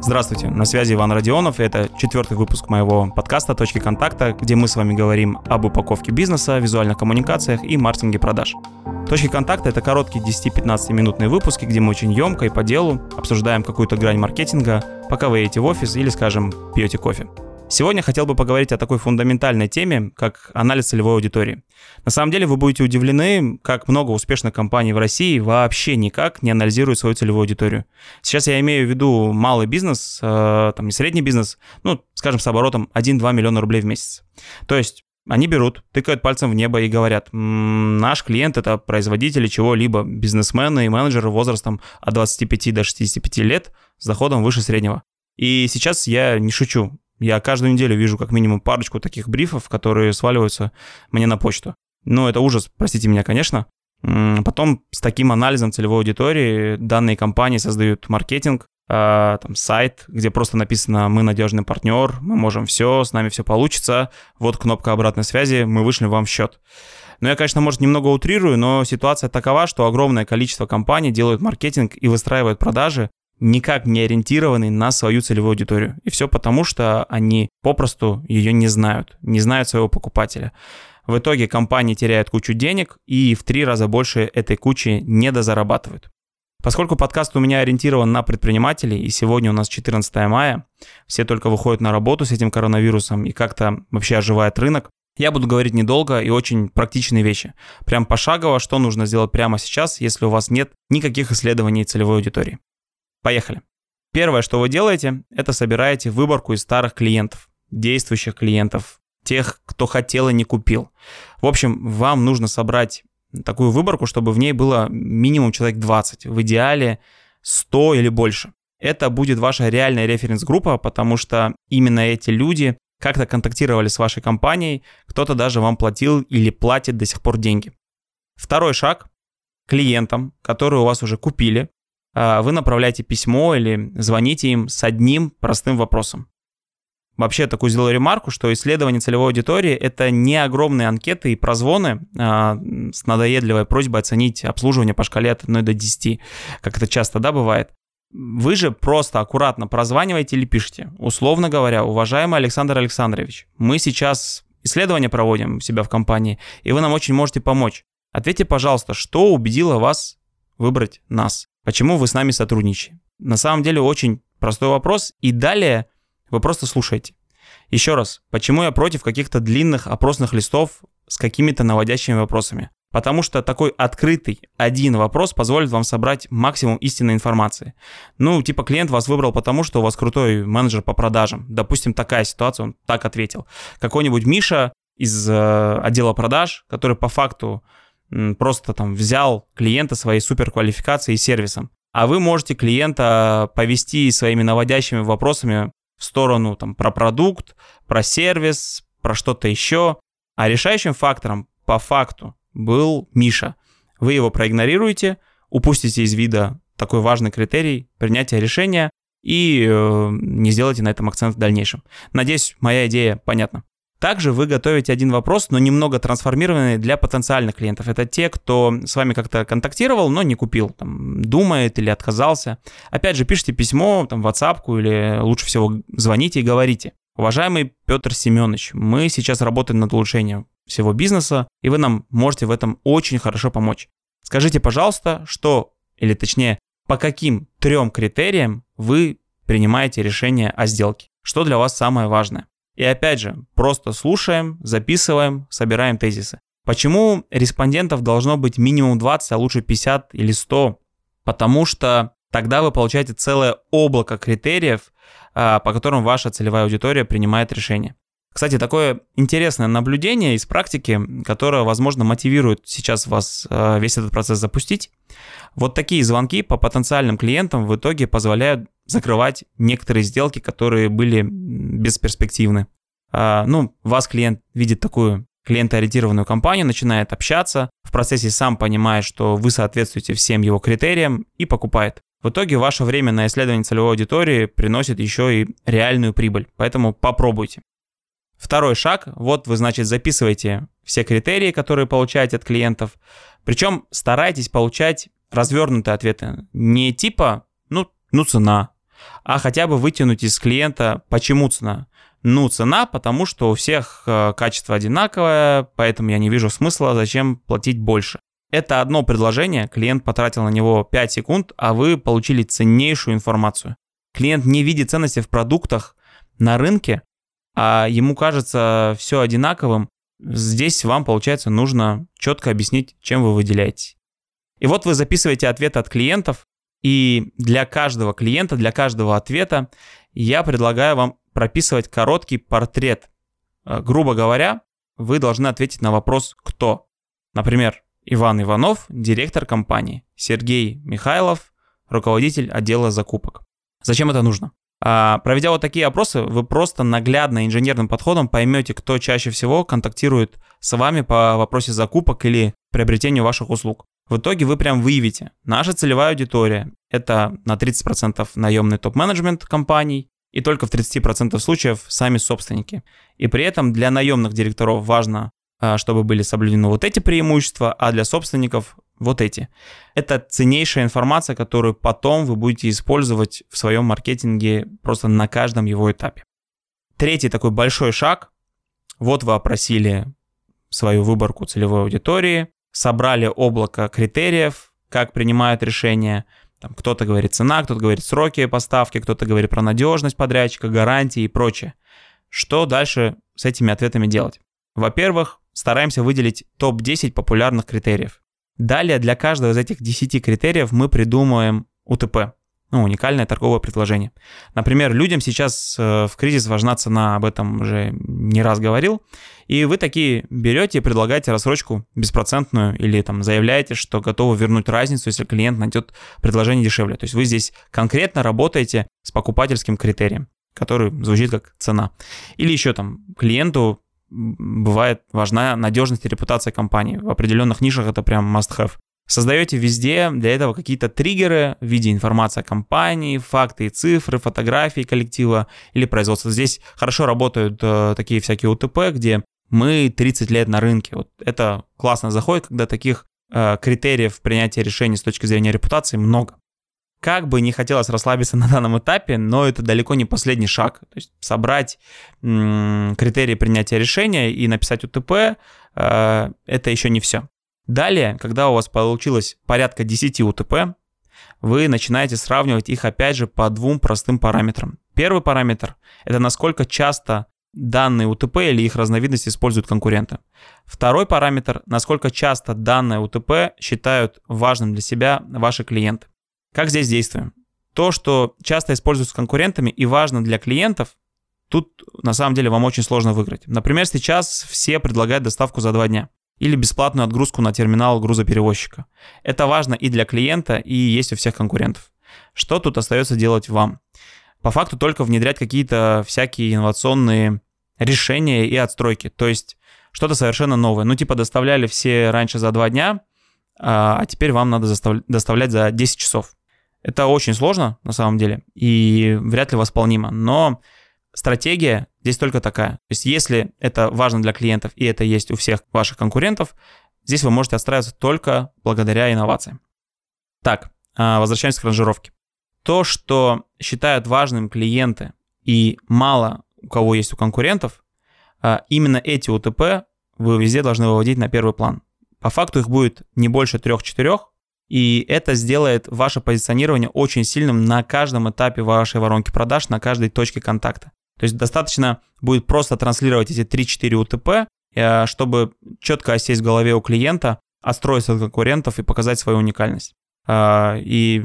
Здравствуйте, на связи Иван Родионов, и это 4-й выпуск моего подкаста «Точки контакта», где мы с вами говорим об упаковке бизнеса, визуальных коммуникациях и маркетинге продаж. «Точки контакта» — это короткие 10-15-минутные выпуски, где мы очень емко и по делу обсуждаем какую-то грань маркетинга, пока вы едете в офис или, скажем, пьете кофе. Сегодня хотел бы поговорить о такой фундаментальной теме, как анализ целевой аудитории. На самом деле вы будете удивлены, как много успешных компаний в России вообще никак не анализируют свою целевую аудиторию. Сейчас я имею в виду малый бизнес, и средний бизнес, скажем, с оборотом 1-2 миллиона рублей в месяц. То есть они берут, тыкают пальцем в небо и говорят: наш клиент — это производители чего-либо, бизнесмены и менеджеры возрастом от 25 до 65 лет с доходом выше среднего. И сейчас я не шучу. Я каждую неделю вижу как минимум парочку таких брифов, которые сваливаются мне на почту. Это ужас, простите меня, конечно. Потом с таким анализом целевой аудитории данные компании создают маркетинг, сайт, где просто написано: мы надежный партнер, мы можем все, с нами все получится, вот кнопка обратной связи, мы вышлем вам счет. Я, конечно, может, немного утрирую, но ситуация такова, что огромное количество компаний делают маркетинг и выстраивают продажи, никак не ориентированный на свою целевую аудиторию. И все потому, что они попросту ее не знают своего покупателя. В итоге компании теряют кучу денег и в 3 раза больше этой кучи недозарабатывают. Поскольку подкаст у меня ориентирован на предпринимателей, и сегодня у нас 14 мая, все только выходят на работу с этим коронавирусом и как-то вообще оживает рынок, я буду говорить недолго и очень практичные вещи. Прям пошагово, что нужно сделать прямо сейчас, если у вас нет никаких исследований целевой аудитории. Поехали. Первое, что вы делаете, это собираете выборку из старых клиентов, действующих клиентов, тех, кто хотел и не купил. В общем, вам нужно собрать такую выборку, чтобы в ней было минимум человек 20, в идеале 100 или больше. Это будет ваша реальная референс-группа, потому что именно эти люди как-то контактировали с вашей компанией, кто-то даже вам платил или платит до сих пор деньги. Второй шаг. Клиентам, которые у вас уже купили, вы направляете письмо или звоните им с одним простым вопросом. Вообще, такую сделаю ремарку, что исследование целевой аудитории — это не огромные анкеты и прозвоны с надоедливой просьбой оценить обслуживание по шкале от 1 до 10, как это часто, бывает. Вы же просто аккуратно прозваниваете или пишете: условно говоря, уважаемый Александр Александрович, мы сейчас исследование проводим у себя в компании, и вы нам очень можете помочь. Ответьте, пожалуйста, что убедило вас выбрать нас? Почему вы с нами сотрудничаете? На самом деле очень простой вопрос, и далее вы просто слушаете. Еще раз, почему я против каких-то длинных опросных листов с какими-то наводящими вопросами? Потому что такой открытый один вопрос позволит вам собрать максимум истинной информации. Клиент вас выбрал потому, что у вас крутой менеджер по продажам. Допустим, такая ситуация, он так ответил. Какой-нибудь Миша из отдела продаж, который по факту просто взял клиента своей суперквалификацией и сервисом. А вы можете клиента повести своими наводящими вопросами в сторону про продукт, про сервис, про что-то еще. А решающим фактором по факту был Миша. Вы его проигнорируете, упустите из вида такой важный критерий принятия решения и не сделайте на этом акцент в дальнейшем. Надеюсь, моя идея понятна. Также вы готовите один вопрос, но немного трансформированный для потенциальных клиентов. Это те, кто с вами как-то контактировал, но не купил, думает или отказался. Опять же, пишите письмо, в WhatsApp или лучше всего звоните и говорите: уважаемый Петр Семенович, мы сейчас работаем над улучшением всего бизнеса, и вы нам можете в этом очень хорошо помочь. Скажите, пожалуйста, по каким 3 критериям вы принимаете решение о сделке? Что для вас самое важное? И опять же, просто слушаем, записываем, собираем тезисы. Почему респондентов должно быть минимум 20, а лучше 50 или 100? Потому что тогда вы получаете целое облако критериев, по которым ваша целевая аудитория принимает решение. Кстати, такое интересное наблюдение из практики, которое, возможно, мотивирует сейчас вас весь этот процесс запустить. Вот такие звонки по потенциальным клиентам в итоге позволяют закрывать некоторые сделки, которые были бесперспективны. Вас клиент видит такую клиентоориентированную компанию, начинает общаться, в процессе сам понимает, что вы соответствуете всем его критериям и покупает. В итоге ваше время на исследование целевой аудитории приносит еще и реальную прибыль, поэтому попробуйте. Второй шаг, вы, записываете все критерии, которые получаете от клиентов, причем старайтесь получать развернутые ответы, не типа, цена, а хотя бы вытянуть из клиента, почему цена. Ну, цена, потому что у всех качество одинаковое, поэтому я не вижу смысла, зачем платить больше. Это одно предложение, клиент потратил на него 5 секунд, а вы получили ценнейшую информацию. Клиент не видит ценности в продуктах на рынке, а ему кажется все одинаковым. Здесь вам, получается, нужно четко объяснить, чем вы выделяетесь. И вот вы записываете ответы от клиентов, и для каждого клиента, для каждого ответа я предлагаю вам прописывать короткий портрет. Грубо говоря, вы должны ответить на вопрос «Кто?». Например, Иван Иванов, директор компании, Сергей Михайлов, руководитель отдела закупок. Зачем это нужно? Проведя вот такие опросы, вы просто наглядно инженерным подходом поймете, кто чаще всего контактирует с вами по вопросе закупок или приобретению ваших услуг. В итоге вы прям выявите, наша целевая аудитория – это на 30% наемный топ-менеджмент компаний и только в 30% случаев сами собственники. И при этом для наемных директоров важно, чтобы были соблюдены вот эти преимущества, а для собственников вот эти. Это ценнейшая информация, которую потом вы будете использовать в своем маркетинге просто на каждом его этапе. Третий такой большой шаг. Вот вы опросили свою выборку целевой аудитории, собрали облако критериев, как принимают решения. Там кто-то говорит цена, кто-то говорит сроки поставки, кто-то говорит про надежность подрядчика, гарантии и прочее. Что дальше с этими ответами делать? Во-первых, стараемся выделить топ-10 популярных критериев. Далее для каждого из этих 10 критериев мы придумаем УТП, уникальное торговое предложение. Например, людям сейчас в кризис важна цена, об этом уже не раз говорил, и вы такие берете и предлагаете рассрочку беспроцентную или там заявляете, что готовы вернуть разницу, если клиент найдет предложение дешевле. То есть вы здесь конкретно работаете с покупательским критерием, который звучит как цена. Или еще там клиенту бывает важна надежность и репутация компании. В определенных нишах это прям must-have. Создаете везде для этого какие-то триггеры в виде информации о компании, факты и цифры, фотографии коллектива или производства. Здесь хорошо работают такие всякие УТП, где мы 30 лет на рынке. Вот это классно заходит, когда таких критериев принятия решений с точки зрения репутации много. Как бы не хотелось расслабиться на данном этапе, но это далеко не последний шаг. То есть собрать критерии принятия решения и написать УТП это еще не все. Далее, когда у вас получилось порядка 10 УТП, вы начинаете сравнивать их опять же по двум простым параметрам. Первый параметр – это насколько часто данные УТП или их разновидности используют конкуренты. Второй параметр – насколько часто данное УТП считают важным для себя ваши клиенты. Как здесь действуем? То, что часто используются конкурентами и важно для клиентов, тут на самом деле вам очень сложно выиграть. Например, сейчас все предлагают доставку за 2 дня или бесплатную отгрузку на терминал грузоперевозчика. Это важно и для клиента, и есть у всех конкурентов. Что тут остается делать вам? По факту только внедрять какие-то всякие инновационные решения и отстройки, то есть что-то совершенно новое. Ну типа доставляли все раньше за 2 дня, а теперь вам надо доставлять за 10 часов. Это очень сложно на самом деле и вряд ли восполнимо, но стратегия здесь только такая. То есть если это важно для клиентов и это есть у всех ваших конкурентов, здесь вы можете отстраиваться только благодаря инновациям. Так, возвращаемся к ранжировке. То, что считают важным клиенты и мало у кого есть у конкурентов, именно эти УТП вы везде должны выводить на первый план. По факту их будет не больше 3-4, и это сделает ваше позиционирование очень сильным на каждом этапе вашей воронки продаж, на каждой точке контакта. То есть достаточно будет просто транслировать эти 3-4 УТП, чтобы четко осесть в голове у клиента, отстроиться от конкурентов и показать свою уникальность. И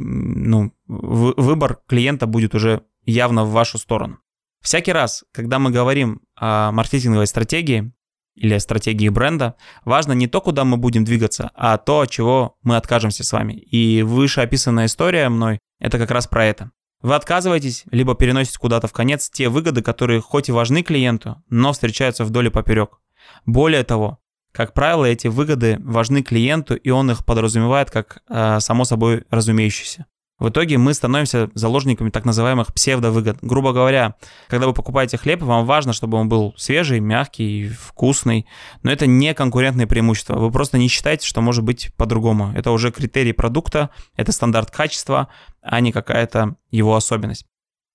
выбор клиента будет уже явно в вашу сторону. Всякий раз, когда мы говорим о маркетинговой стратегии, или о стратегии бренда, важно не то, куда мы будем двигаться, а то, от чего мы откажемся с вами. И вышеописанная история мной – это как раз про это. Вы отказываетесь, либо переносите куда-то в конец те выгоды, которые хоть и важны клиенту, но встречаются вдоль и поперек. Более того, как правило, эти выгоды важны клиенту, и он их подразумевает как само собой разумеющееся. В итоге мы становимся заложниками так называемых псевдовыгод. Грубо говоря, когда вы покупаете хлеб, вам важно, чтобы он был свежий, мягкий, вкусный, но это не конкурентные преимущества. Вы просто не считаете, что может быть по-другому. Это уже критерий продукта, это стандарт качества, а не какая-то его особенность.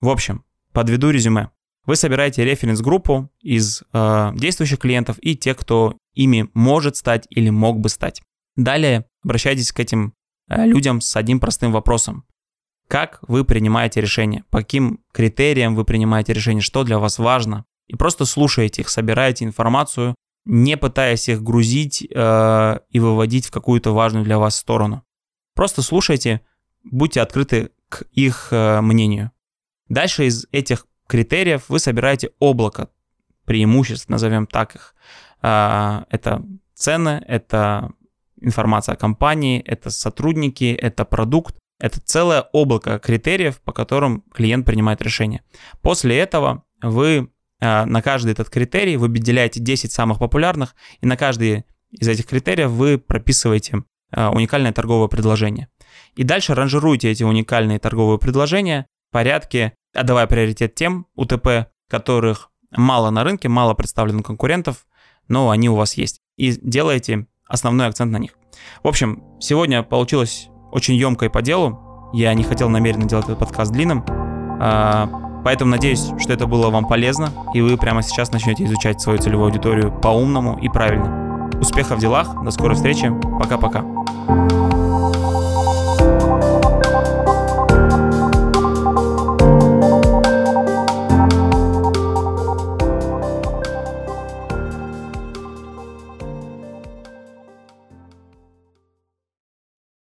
В общем, подведу резюме. Вы собираете референс-группу из действующих клиентов и тех, кто ими может стать или мог бы стать. Далее обращайтесь к этим людям с одним простым вопросом. Как вы принимаете решение? По каким критериям вы принимаете решение? Что для вас важно? И просто слушаете их, собираете информацию, не пытаясь их грузить и выводить в какую-то важную для вас сторону. Просто слушайте, будьте открыты к их мнению. Дальше из этих критериев вы собираете облако преимуществ, назовем так их. Это цены, это информация о компании, это сотрудники, это продукт. Это целое облако критериев, по которым клиент принимает решение. После этого вы на каждый этот критерий вы выделяете 10 самых популярных, и на каждый из этих критериев вы прописываете уникальное торговое предложение. И дальше ранжируете эти уникальные торговые предложения в порядке, отдавая приоритет тем УТП, которых мало на рынке, мало представлено конкурентов, но они у вас есть. И делаете основной акцент на них. В общем, сегодня получилось очень емко и по делу. Я не хотел намеренно делать этот подкаст длинным. Поэтому надеюсь, что это было вам полезно, и вы прямо сейчас начнете изучать свою целевую аудиторию по-умному и правильно. Успехов в делах, до скорой встречи, пока-пока.